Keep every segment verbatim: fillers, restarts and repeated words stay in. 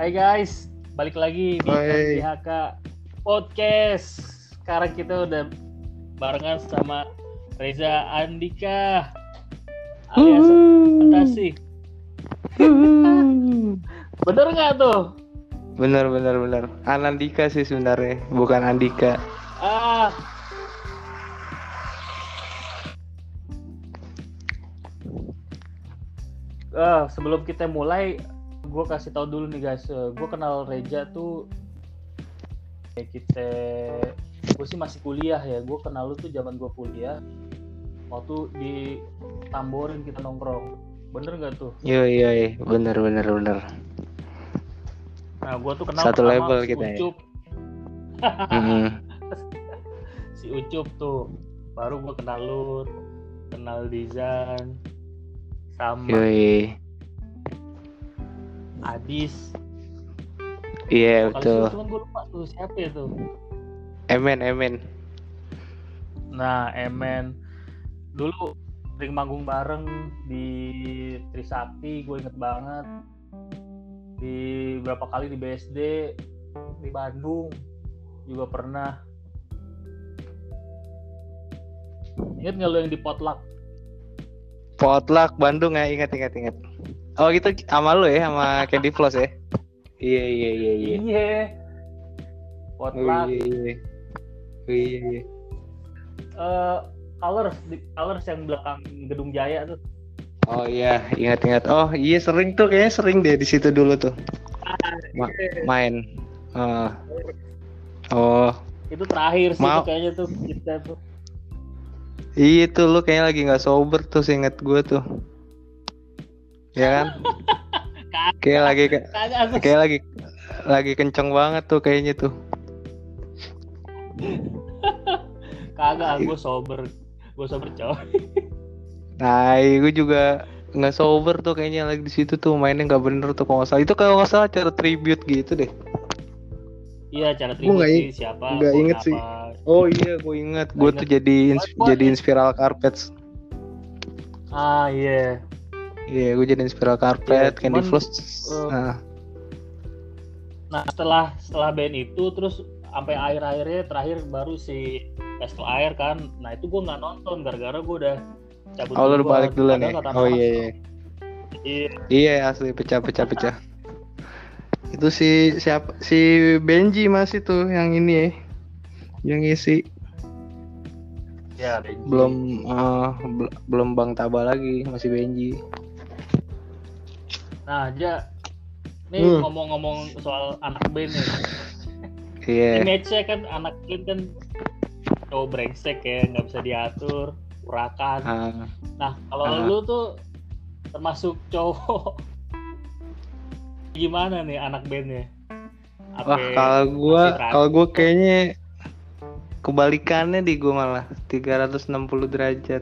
Hai guys, balik lagi di Hai. M G H K Podcast. Sekarang kita udah barengan sama Reza Andika alias Fantasi. Bener nggak tuh? Bener bener bener. Anandika sih sebenarnya, bukan Andika. Ah, ah sebelum kita mulai, gue kasih tahu dulu nih guys. Gue kenal Reza tuh, ya kita, gue sih masih kuliah ya. Gue kenal lu tuh zaman gue kuliah. Waktu di Tamborin kita nongkrong. Bener nggak tuh? Yo yo yo, bener bener bener. Nah, gue tuh kenal Satu pertama level si kita ya. Ucup. Mm-mm. Si Ucup tuh. Baru gue kenal lu, kenal Dizan, sama Yoi. Adis. Iya Kalau betul. cuman gue lupa tuh siapa ya tuh. Emen emen. Nah, Emen. Dulu sering manggung bareng di Trisakti, gue inget banget. Di berapa kali di B S D, di Bandung juga pernah. Ingat nggak lo yang di Potluck? Potluck Bandung ya, ingat ingat ingat. Oh gitu sama lu ya, sama Candy Floss ya. Iya iya iya iya. Iya. Oh Potluck. iya iya. Oh, iya iya. Uh, Colors, di Colors yang belakang Gedung Jaya tuh. Oh iya, ingat ingat. Oh iya sering tuh, kayaknya sering deh di situ dulu tuh. Ma- main. Uh. Oh. Itu terakhir sih Mau. tuh kayaknya tuh kita tuh. Iya tuh lu kayaknya lagi nggak sober tuh, seinget gue tuh. Ya kan? Kayak lagi Kagak, kayak lagi lagi kenceng banget tuh kayaknya tuh. Kagak, gue sober, gue sober coy. Nah, gue juga nggak sober tuh kayaknya lagi di situ tuh, mainnya nggak bener tuh kalau nggak salah. Itu kalau nggak salah acara tribute gitu deh. Iya, cara Gua tribut nggak sih ing- siapa? nggak gua inget kenapa. sih. Oh iya, gue inget. Gue Nggak tuh inget. jadi ins- Gua- jadi Spiral Carpets. Ah iya. Iya, gue jadi Spiral Carpet, Iya, Candy cuman, Floss. uh, Nah, Nah setelah setelah band itu terus sampai akhir-akhirnya terakhir baru si Pistol Air kan. Nah itu gue nggak nonton gara-gara gue udah cabut oh lu udah duluan. balik dulu Padahal nih. kata Oh anak-anak, iya iya. Iya. Iya asli pecah pecah pecah. Itu si siapa si Benji masih tuh yang ini ya, yang isi. Ya, Benji. Belum uh, bel- belum Bang Taba lagi, masih Benji. Nah aja nih Hmm. ngomong-ngomong soal anak band nih. Iya. Image-nya kan anak band kan cowok brengsek ya, nggak bisa diatur, urakan. Ah, Nah kalau ah. lu tuh termasuk cowok gimana nih anak bandnya? Apa Wah kalau gua masih ragu? kalau gua kayaknya kebalikannya di gua malah tiga ratus enam puluh derajat.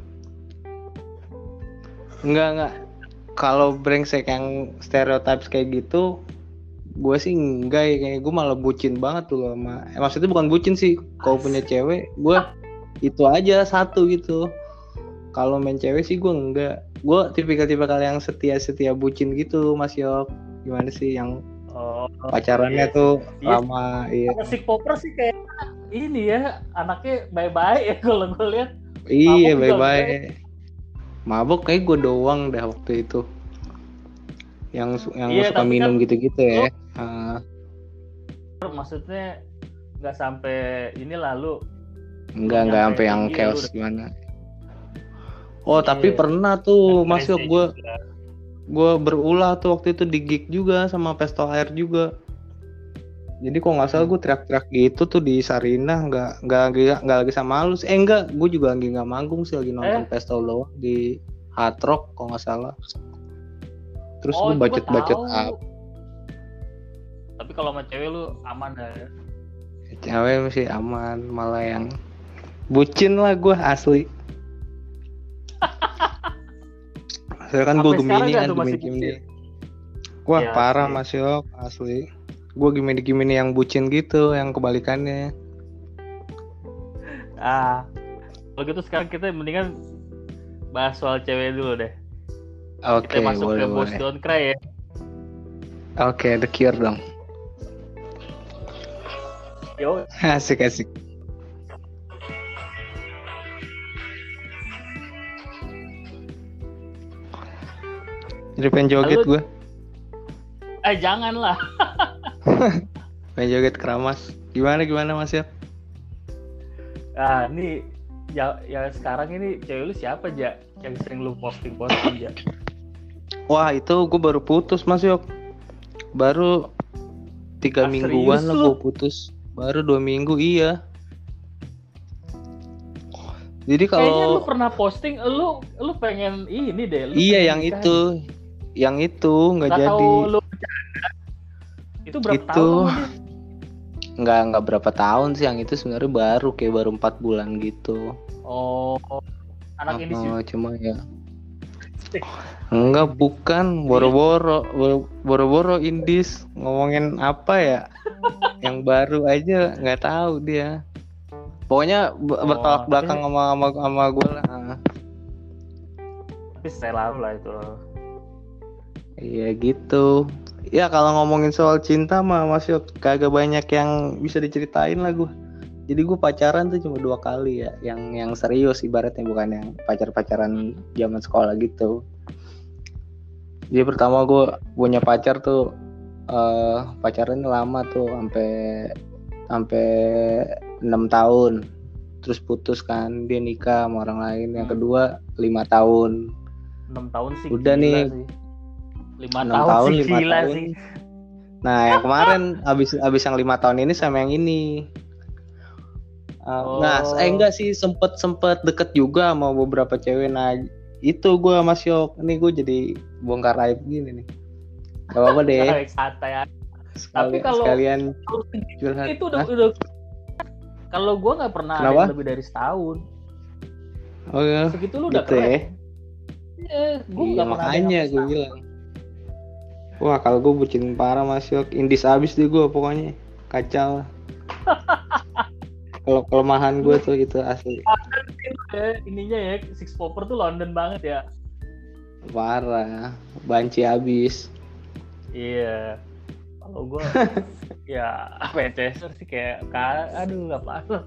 Enggak enggak. Kalau brengsek yang stereotype kayak gitu, gue sih enggak ya, kayak gue malah bucin banget tuh sama. Eh, maksudnya bukan bucin sih, kalau punya cewek, gue itu aja satu gitu. Kalau main cewek sih gue enggak. Gue tipikal-tipikal yang setia-setia bucin gitu, Mas Yok. Gimana sih yang Oh, pacarannya iya. tuh Iya. lama, iya. Musik popper sih kayak ini ya, anaknya bye-bye ya kalau gue lihat. Iya, Mabuk juga bye-bye. Mabuk kayak gue doang dah waktu itu. Yang su- yang Iya, suka tapi minum kan gitu-gitu ya. lu- Ah, Maksudnya nggak sampai ini lalu. enggak enggak nyampe sampai yang tinggi, lu chaos udah- gimana. Oh, Iya. tapi pernah tuh Kan Mas Yok, brengsek gue juga. gue berulah tuh waktu itu di gig juga sama Pistol Air juga. Jadi kok nggak salah gue teriak-teriak gitu tuh di Sarinah, nggak nggak lagi nggak lagi sama lu sih. Eh enggak, gue juga lagi nggak manggung sih, lagi nonton Eh? Pistol doang di Hard Rock kok nggak salah. Terus Oh, gue itu gua bacot-bacot tahu. apa? Tapi kalau sama cewek lu aman ya. Cewek masih aman, malah yang bucin lah gue asli. Soalnya kan gue Sampai sekarang Gemini nggak kan, tuh masih Gemini Gemini. bucin? Wah Ya, parah asli. Mas Yok, asli. Gue Gemini Gemini yang bucin gitu, yang kebalikannya. Ah, kalau gitu sekarang kita mendingan bahas soal cewek dulu deh. Oke, Kita masuk boleh ke Boys boleh. Don't Cry ya. Oke, The Cure dong. Yo, Asik asik. Jadi pengen joget Lalu- gue. eh jangan lah. Pengen joget keramas. Gimana gimana Mas Yop? Ah, ini ya, ya sekarang ini cewek lu siapa aja yang sering lu posting posting ya? Wah itu gue baru putus Mas Yop. Baru tiga Ah, mingguan serius lah lu? gue putus. Baru dua minggu iya. Jadi Kayaknya lu kalau pernah posting, lu lu pengen ini deh. Lu iya pengen yang nikah itu, deh. yang itu nggak Nggak jadi. tahu lu bercanda. Itu berapa Itu. tahun sama dia? Nggak nggak berapa tahun sih yang itu sebenarnya baru kayak baru empat bulan gitu. Oh, anak ini sih. Oh, cuma ya. Enggak bukan boro-boro boro- boro-boro indis ngomongin apa ya? Yang baru aja nggak tahu dia. Pokoknya be- Oh, bertolak belakang tapi- sama sama, sama gue lah. Tapi saya lalu lah itu. Iya gitu. Ya kalau ngomongin soal cinta mah Mas Yop kagak banyak yang bisa diceritain lah gue. Jadi gue pacaran tuh cuma dua kali ya, yang yang serius ibaratnya bukan yang pacar-pacaran zaman sekolah gitu. Jadi pertama gue punya pacar tuh eh pacaran lama tuh sampai sampai enam tahun. Terus putus kan, dia nikah sama orang lain. Yang Hmm. kedua lima tahun. enam tahun sih. Udah gila nih. Sih. lima enam tahun, tahun, sih lima gila tahun. sih. Nah yang kemarin abis abis yang lima tahun ini sama yang ini. Uh, Oh. Nah, eh enggak sih sempet sempet deket juga sama beberapa cewek. Nah itu gue Mas Yok, ini gue jadi bongkar aib gini nih. Gak apa-apa deh. Nah, santai aja. Sekali, kalau- sekalian Kalau curhat. itu udah, Hah? udah kalau gue nggak pernah ada Kenapa? yang lebih dari setahun. Oh ya, Segitu lu udah gitu keren. ya. Eh, gue Iya nggak pernah ada yang makanya sampai gue setahun. bilang. Wah kalau gue bucin parah Mas Yok, indis abis deh gue pokoknya kacau. Kalau kelemahan gue tuh itu asli Ya, ininya ya Six Popper tuh London banget ya. parah, banci abis. Iya. Kalau gue ya P C S sih kayak ka- aduh nggak apa.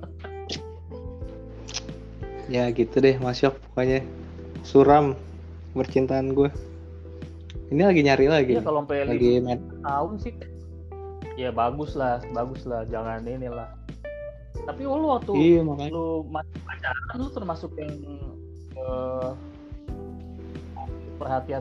Ya gitu deh Mas Yok pokoknya suram percintaan gue. Ini lagi nyari lagi. Iya kalau sampai lagi lima main. tahun sih. Ya bagus lah, bagus lah, jangan inilah. Tapi lu waktu Iya makanya. lu masih pacaran lu termasuk yang eh, perhatian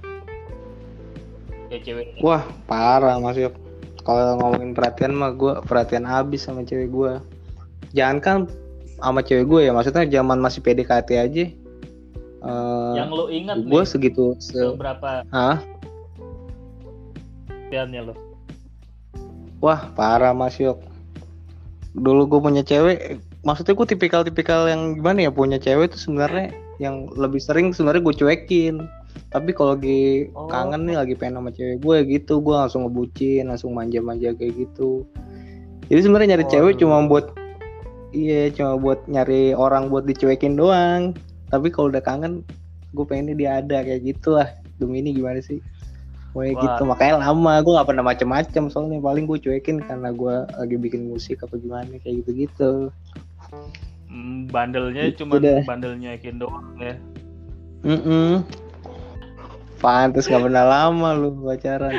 ya cewek. Wah parah Mas Yok. Kalau ngomongin perhatian mah gue perhatian abis sama cewek gue. Jangan kan sama cewek gue ya, maksudnya zaman masih P D K T aja. Uh, Yang lu ingat gue nih segitu se berapa Hah? perhatiannya lu? Wah parah Mas Yok. Dulu gue punya cewek, maksudnya gue tipikal-tipikal yang gimana ya, punya cewek itu sebenarnya yang lebih sering sebenarnya gue cuekin. Tapi kalau lagi Oh. kangen nih, lagi pengen sama cewek gue gitu, gue langsung ngebucin, langsung manja-manja kayak gitu. Jadi sebenarnya nyari Oh, cewek aduh. cuma buat iya, cuma buat nyari orang buat dicuekin doang. Tapi kalau udah kangen, gue pengennya dia ada kayak gitu lah. Demi ini gimana sih? Kayak Wah. gitu, makanya lama gue gak pernah macem-macem soalnya paling gue cuekin karena gue lagi bikin musik apa gimana kayak gitu-gitu. Hmm, bandelnya Gitu cuma dah. bandelnya Kin doang ya. Mm Pantes gak pernah lama lu pacaran.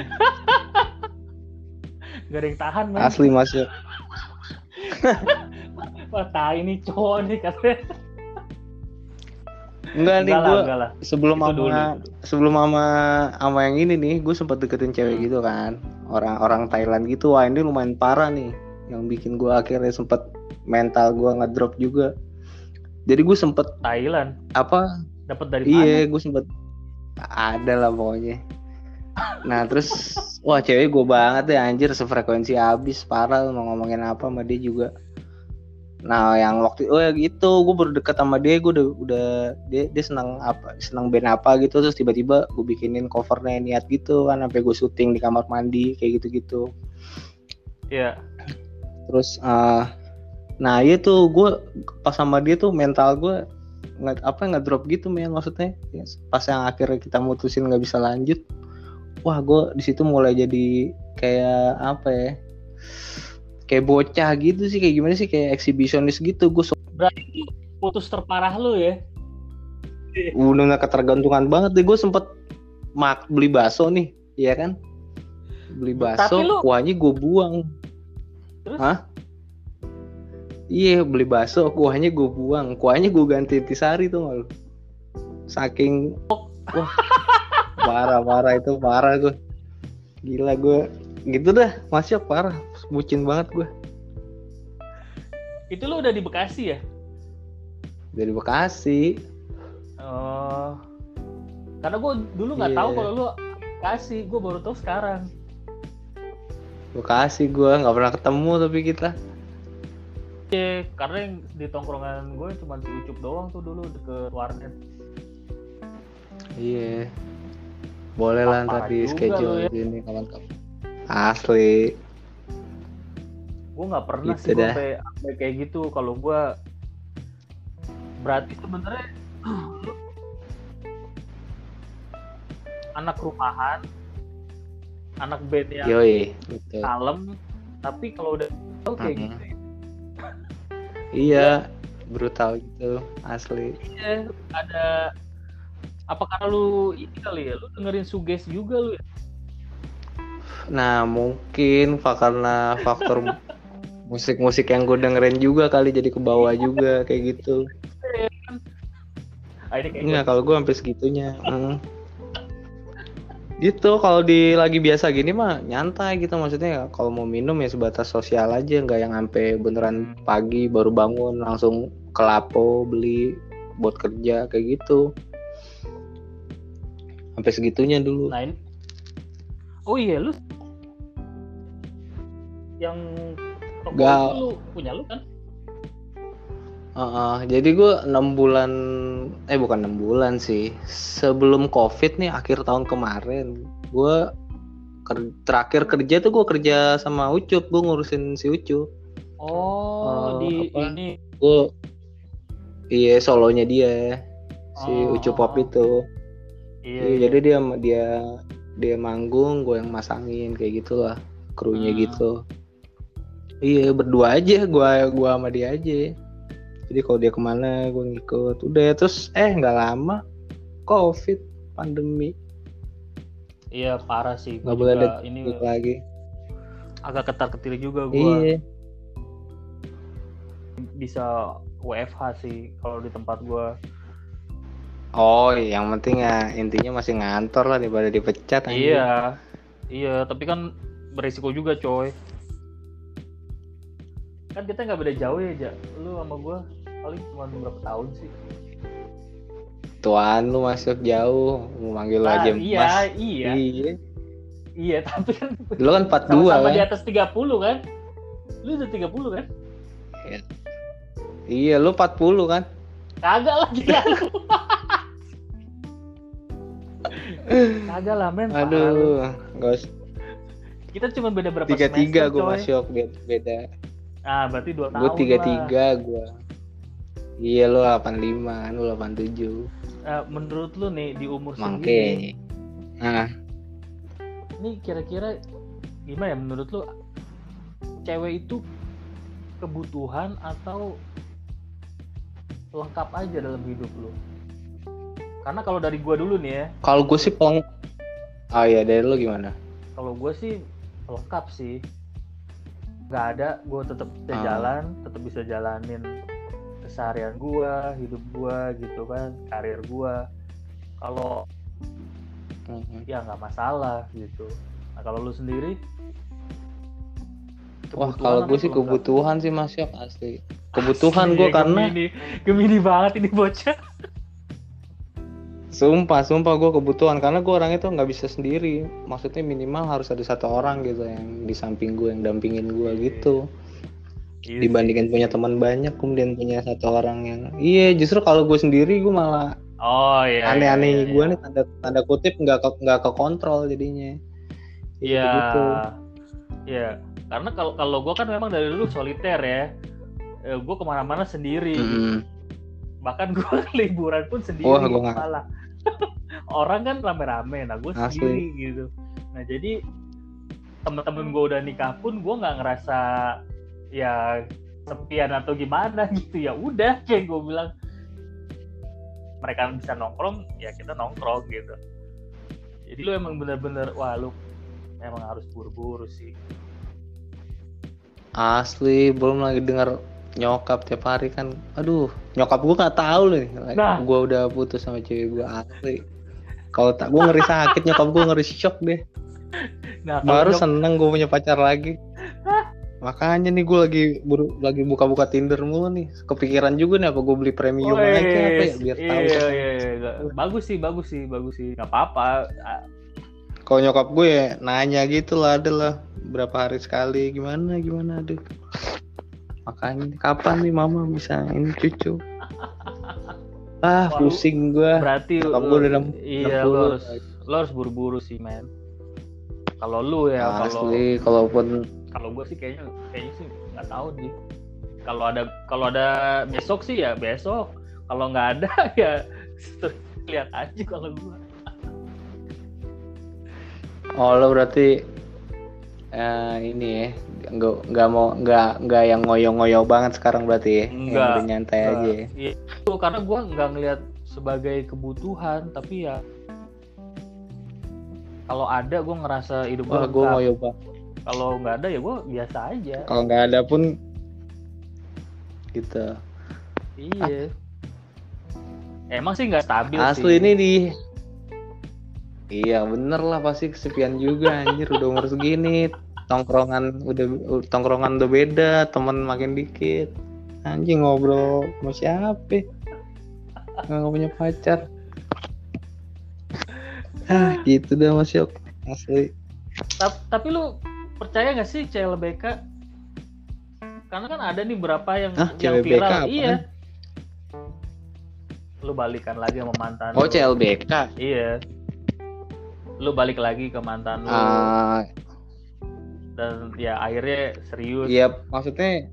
Gak ada yang tahan man. Asli Mas Yok. Wah tai ini cowok nih katanya. Enggak nih Enggak lah, gue enggak lah. sebelum Itu sama dulu, itu dulu. sebelum sama sama yang ini nih gue sempet deketin cewek Hmm. gitu kan, orang-orang Thailand gitu. Wah ini lumayan parah nih, yang bikin gue akhirnya sempet mental gue ngedrop juga. Jadi gue sempet Thailand apa dapat dari iya mana? gue sempet ada lah pokoknya. Nah terus wah cewek gue banget deh anjir, sefrekuensi abis parah, mau ngomongin apa sama dia juga. Nah yang waktu oh ya gitu gue baru deket sama dia, gue udah udah dia dia senang apa senang band apa gitu, terus tiba-tiba gue bikinin covernya niat gitu kan, sampai gue syuting di kamar mandi kayak gitu-gitu. Iya. Terus uh, nah iya tuh gue pas sama dia tuh mental gue nggak apa nggak drop gitu men, maksudnya ya, pas yang akhirnya kita mutusin nggak bisa lanjut, wah gue di situ mulai jadi kayak apa ya, kayak bocah gitu sih, kayak gimana sih, kayak eksibisionis gitu. Gue so- Berarti itu putus terparah lu ya? udah ketergantungan banget deh. Gue sempet mak beli bakso nih, iya kan, beli bakso, lu... kuahnya gue buang. Terus? Hah? Iya, beli bakso, kuahnya gue buang, kuahnya gue ganti intisari tuh malu. Saking wah parah parah itu parah gue, gila gue gitu dah, masih parah, bucin banget gue. Itu lu udah di Bekasi ya? Dari Bekasi. Oh, karena gue dulu nggak yeah. tahu kalau lu Bekasi, gue baru tahu sekarang. Bekasi gue nggak pernah ketemu tapi kita. Iya, karena yang di tongkrongan gue cuma si Ucup doang tuh dulu deket warnet. Iya, boleh lah ntar di schedule ya. Ini kawan-kawan. Asli. Gue nggak pernah gitu sih gue sampai, sampai kayak gitu. Kalau gue berarti sebenarnya anak rumahan, anak band yang Yoi, betul. kalem, tapi kalau udah tahu kayak uh-huh. gitu. Iya, brutal gitu, asli. Iya, ada apa karena lu ini kali ya, lu dengerin Suges juga lu ya? Nah mungkin karena faktor musik-musik yang gue dengerin juga kali, jadi ke bawah juga kayak gitu. Iya, kalau gue sampai segitunya. mm. Gitu, kalau di lagi biasa gini mah nyantai gitu, maksudnya kalau mau minum ya sebatas sosial aja, nggak yang sampai beneran pagi baru bangun langsung ke Lapo beli buat kerja kayak gitu. Sampai segitunya dulu. Nah, ini... Oh iya, lu yang toko itu lu punya lu kan? Uh, jadi gue enam bulan, eh bukan enam bulan sih, sebelum COVID nih akhir tahun kemarin, gue ker- terakhir kerja tuh gue kerja sama Ucup, gue ngurusin si Ucup. Oh, uh, di apa? Ini gue, iya solonya dia, si oh, Ucup Pop itu. Iya, iya, jadi dia dia dia manggung, gue yang masangin kayak gitulah, krunya hmm. gitu. Iya, berdua aja, gue gue sama dia aja. Jadi kalau dia kemana gue ngikut. Udah, terus eh nggak lama COVID, pandemi. Iya parah sih. Nggak boleh ada ini lagi. Agak ketar-ketir juga gue. Iya. Bisa W F H sih kalau di tempat gue. Oh, yang penting ya intinya masih ngantor lah daripada dipecat. Anjir. Iya, iya. Tapi kan berisiko juga coy. Kan kita nggak beda jauh ya, Ja. Lu sama gue paling cuma berapa tahun sih? Tuan lu masuk jauh, mau manggil nah, aja iya, Mas. Iya, iya. Iya, tapi kan lu kan empat puluh dua sama kan? Di atas tiga puluh kan? Lu udah tiga puluh kan? Iya, iya lu empat puluh kan? Kagak lah gila lu. Kagak lah men. Aduh, enggak usah. Kita cuma beda berapa tiga, semester tiga gue coy. masuk beda. Ah, berarti dua tahun. Gue tiga tiga gue. Iya lu delapan lima kan, lu delapan tujuh. Uh, menurut lu nih di umur Mangke. segini. Nah. Ini kira-kira gimana ya menurut lu? Cewek itu kebutuhan atau lengkap aja dalam hidup lu? Karena kalau dari gua dulu nih ya. Kalau gue sih peleng. Oh iya, dari lu gimana? Kalau gue sih lengkap sih. Gak ada, gue tetap bisa oh. jalan, tetap bisa jalanin keseharian gue, hidup gue gitu kan, karir gue. Kalau mm-hmm. ya nggak masalah gitu. Nah kalau lu sendiri? Wah kalau gue sih kebutuhan sih Mas Yok, asli. Kebutuhan gue karena gemini, gemini banget ini bocah. Sumpah, sumpah gue kebutuhan karena gue orangnya tuh nggak bisa sendiri. Maksudnya minimal harus ada satu orang gitu yang di samping gue, yang dampingin gue gitu. Iya, dibandingin punya teman banyak, kemudian punya satu orang yang iya justru kalau gue sendiri gue malah oh iya aneh-aneh iya, iya, gue iya. nih tanda tanda kutip nggak ke nggak ke kontrol jadinya. Iya. Gitu. Iya. Karena kalau kalau gue kan memang dari dulu soliter ya. E, gue kemana-mana sendiri. Mm-hmm. Bahkan gue liburan pun sendiri. Wah, gue nggak. Orang kan rame-rame, nah gue sendiri gitu. Nah jadi temen-temen gue udah nikah pun gue nggak ngerasa ya sepian atau gimana gitu. Ya udah kayak gue bilang, mereka bisa nongkrong ya kita nongkrong gitu. Jadi lu emang bener-bener wah lu emang harus buru-buru sih. Asli, belum lagi dengar nyokap tiap hari kan. Aduh, nyokap gue nggak tahu nih. Nah. Gue udah putus sama cewek gue, asli. Kalau tak gue ngeri sakit, nyokap gue ngeri shock deh. Nah, baru nyok- seneng gue punya pacar lagi. Makanya nih gue lagi buru, lagi buka-buka Tinder mulu nih. Kepikiran juga nih apa gue beli premium Wih, aja apa ya biar iya, tahu. Iya, iya, iya. Bagus sih, bagus sih, bagus sih. Gak apa-apa. Kalau nyokap gue ya nanya gitu lah, ada lah berapa hari sekali, gimana gimana, aduh. Makanya kapan nih mama bisa ini cucu? Ah, Wah, pusing gue. Berarti nyokap lu, gue udah enam iya, puluh. lo harus, lo harus buru-buru sih, men. Kalau lu ya, nah, kalau asli, kalaupun kalau gue sih kayaknya kayaknya sih nggak tahu sih. Kalau ada kalau ada besok sih ya besok. Kalau nggak ada ya lihat aja kalau gue. oh lo berarti uh, ini ya nggak nggak mau nggak nggak yang ngoyo-ngoyo banget sekarang berarti ya, Enggak, yang udah nyantai enggak. aja ya. Iya, itu karena gue nggak ngelihat sebagai kebutuhan, tapi ya kalau ada gue ngerasa hidup gue Wah, gue ngoyo banget. Kalau nggak ada ya gue biasa aja. Kalau nggak ada pun gitu. Iya. Emang sih nggak stabil Asli sih. ini di iya bener lah, pasti kesepian juga anjir. Udah umur segini tongkrongan udah tongkrongan udah beda, teman makin dikit. Anjing ngobrol sama siapa? Nggak punya pacar. Ah gitu dah Mas Yok. Asli. Ta- tapi lu percaya nggak sih C L B K? Karena kan ada nih berapa yang Hah, yang C L B K viral. apaan? Iya. Lu balikan lagi sama mantan Oh lu. C L B K. Iya. Lu balik lagi ke mantan lu. Ah, Dan ya akhirnya serius. iya maksudnya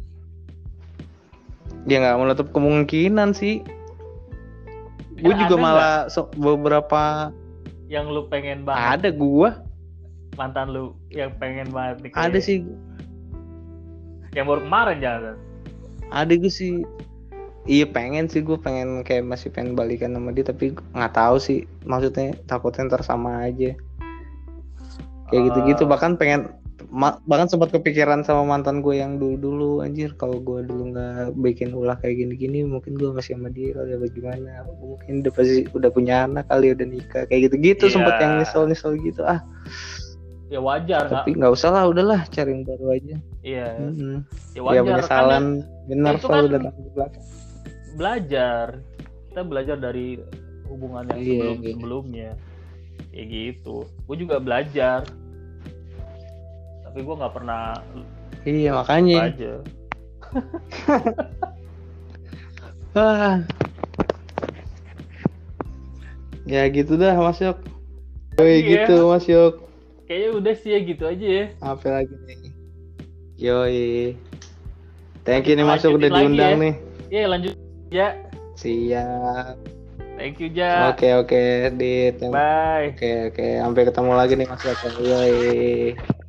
dia nggak menutup kemungkinan sih. Gue Ya, juga ada malah so, beberapa yang lu pengen banget. ada gua. Mantan lu yang pengen banget nih. kayak- Ada sih. Yang baru kemarin jangan. Ada gue sih. Iya pengen sih, gue pengen kayak masih pengen balikan sama dia, tapi nggak tahu sih, maksudnya takutnya ntar sama aja kayak Uh, gitu-gitu. Bahkan pengen ma- bahkan sempat kepikiran sama mantan gue yang dulu-dulu, anjir kalau gue dulu nggak bikin ulah kayak gini-gini mungkin gue masih sama dia kali, apa gimana, mungkin udah pasti udah punya anak kali, udah nikah kayak gitu-gitu. Iya. Sempet yang nyesel-nyesel gitu. Ah Ya wajar nggak? tapi nggak usah lah, udahlah cari yang baru aja. Iya. Mm-hmm. Ya Ya wajar. penyesalan benar itu selalu kan- datang di belakang. Belajar. Kita belajar dari hubungan yang Iya, sebelum iya. sebelumnya. Kayak gitu. Gue juga belajar. Tapi gue nggak pernah Iya makanya. aja. Ah. Ya gitu dah Mas Yok. Woi Iya. gitu Mas Yok. Kayaknya udah sih ya gitu aja ya. Apa lagi nih? Yoi. Thank you nih Mas Yok Lanjutin udah lagi diundang ya. nih. Ya lanjut ya. Siap. Thank you Ja. Oke oke Dit. Bye. Oke oke. Sampai ketemu lagi nih Mas Yok. Yoi.